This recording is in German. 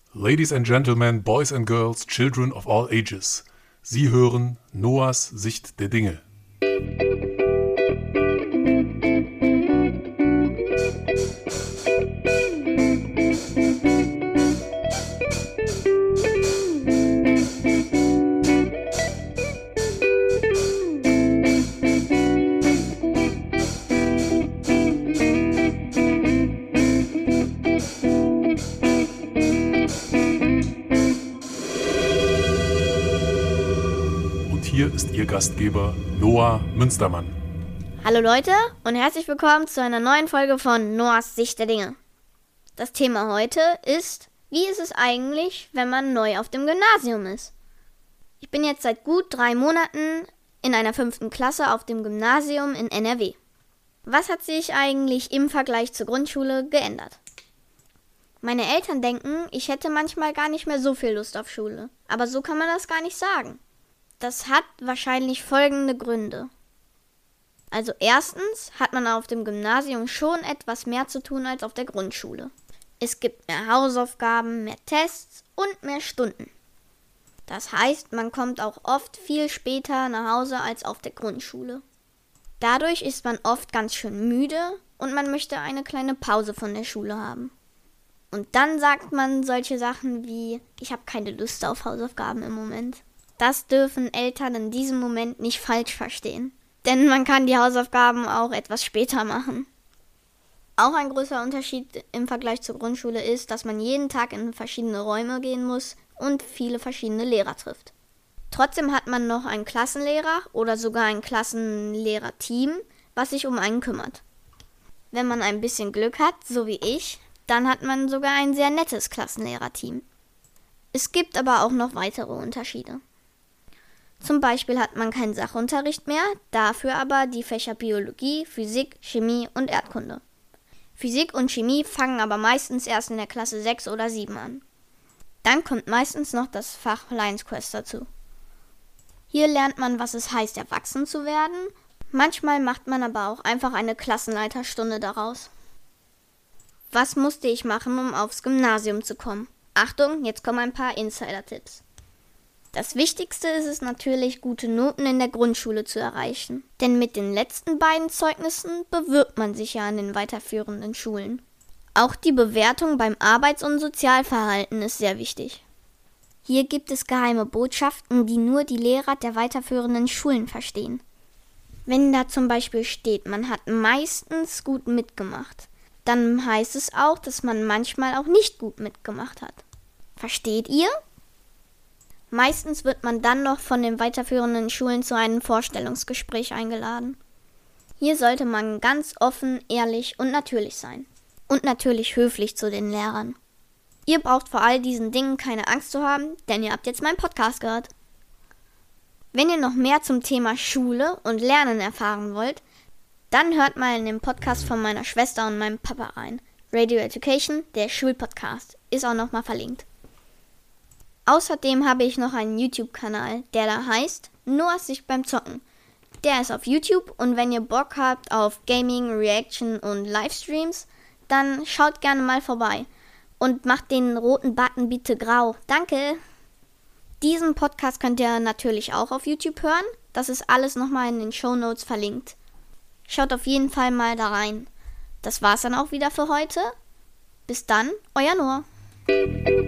Ladies and Gentlemen, Boys and Girls, Children of all ages. Sie hören Noahs Sicht der Dinge. Hier ist Ihr Gastgeber Noah Münstermann. Hallo Leute und herzlich willkommen zu einer neuen Folge von Noahs Sicht der Dinge. Das Thema heute ist, wie ist es eigentlich, wenn man neu auf dem Gymnasium ist? Ich bin jetzt seit gut 3 Monaten in einer 5. Klasse auf dem Gymnasium in NRW. Was hat sich eigentlich im Vergleich zur Grundschule geändert? Meine Eltern denken, ich hätte manchmal gar nicht mehr so viel Lust auf Schule, aber so kann man das gar nicht sagen. Das hat wahrscheinlich folgende Gründe. Also erstens hat man auf dem Gymnasium schon etwas mehr zu tun als auf der Grundschule. Es gibt mehr Hausaufgaben, mehr Tests und mehr Stunden. Das heißt, man kommt auch oft viel später nach Hause als auf der Grundschule. Dadurch ist man oft ganz schön müde und man möchte eine kleine Pause von der Schule haben. Und dann sagt man solche Sachen wie, ich habe keine Lust auf Hausaufgaben im Moment. Das dürfen Eltern in diesem Moment nicht falsch verstehen. Denn man kann die Hausaufgaben auch etwas später machen. Auch ein großer Unterschied im Vergleich zur Grundschule ist, dass man jeden Tag in verschiedene Räume gehen muss und viele verschiedene Lehrer trifft. Trotzdem hat man noch einen Klassenlehrer oder sogar ein Klassenlehrerteam, was sich um einen kümmert. Wenn man ein bisschen Glück hat, so wie ich, dann hat man sogar ein sehr nettes Klassenlehrerteam. Es gibt aber auch noch weitere Unterschiede. Zum Beispiel hat man keinen Sachunterricht mehr, dafür aber die Fächer Biologie, Physik, Chemie und Erdkunde. Physik und Chemie fangen aber meistens erst in der Klasse 6 oder 7 an. Dann kommt meistens noch das Fach Lions Quest dazu. Hier lernt man, was es heißt, erwachsen zu werden. Manchmal macht man aber auch einfach eine Klassenleiterstunde daraus. Was musste ich machen, um aufs Gymnasium zu kommen? Achtung, jetzt kommen ein paar Insider-Tipps. Das Wichtigste ist es natürlich, gute Noten in der Grundschule zu erreichen. Denn mit den letzten beiden Zeugnissen bewirbt man sich ja an den weiterführenden Schulen. Auch die Bewertung beim Arbeits- und Sozialverhalten ist sehr wichtig. Hier gibt es geheime Botschaften, die nur die Lehrer der weiterführenden Schulen verstehen. Wenn da zum Beispiel steht, man hat meistens gut mitgemacht, dann heißt es auch, dass man manchmal auch nicht gut mitgemacht hat. Versteht ihr? Meistens wird man dann noch von den weiterführenden Schulen zu einem Vorstellungsgespräch eingeladen. Hier sollte man ganz offen, ehrlich und natürlich sein. Und natürlich höflich zu den Lehrern. Ihr braucht vor all diesen Dingen keine Angst zu haben, denn ihr habt jetzt meinen Podcast gehört. Wenn ihr noch mehr zum Thema Schule und Lernen erfahren wollt, dann hört mal in den Podcast von meiner Schwester und meinem Papa rein. Radio Education, der Schulpodcast, ist auch nochmal verlinkt. Außerdem habe ich noch einen YouTube-Kanal, der da heißt Noahs Sicht beim Zocken. Der ist auf YouTube und wenn ihr Bock habt auf Gaming, Reaction und Livestreams, dann schaut gerne mal vorbei. Und macht den roten Button bitte grau. Danke! Diesen Podcast könnt ihr natürlich auch auf YouTube hören. Das ist alles nochmal in den Shownotes verlinkt. Schaut auf jeden Fall mal da rein. Das war's dann auch wieder für heute. Bis dann, euer Noah.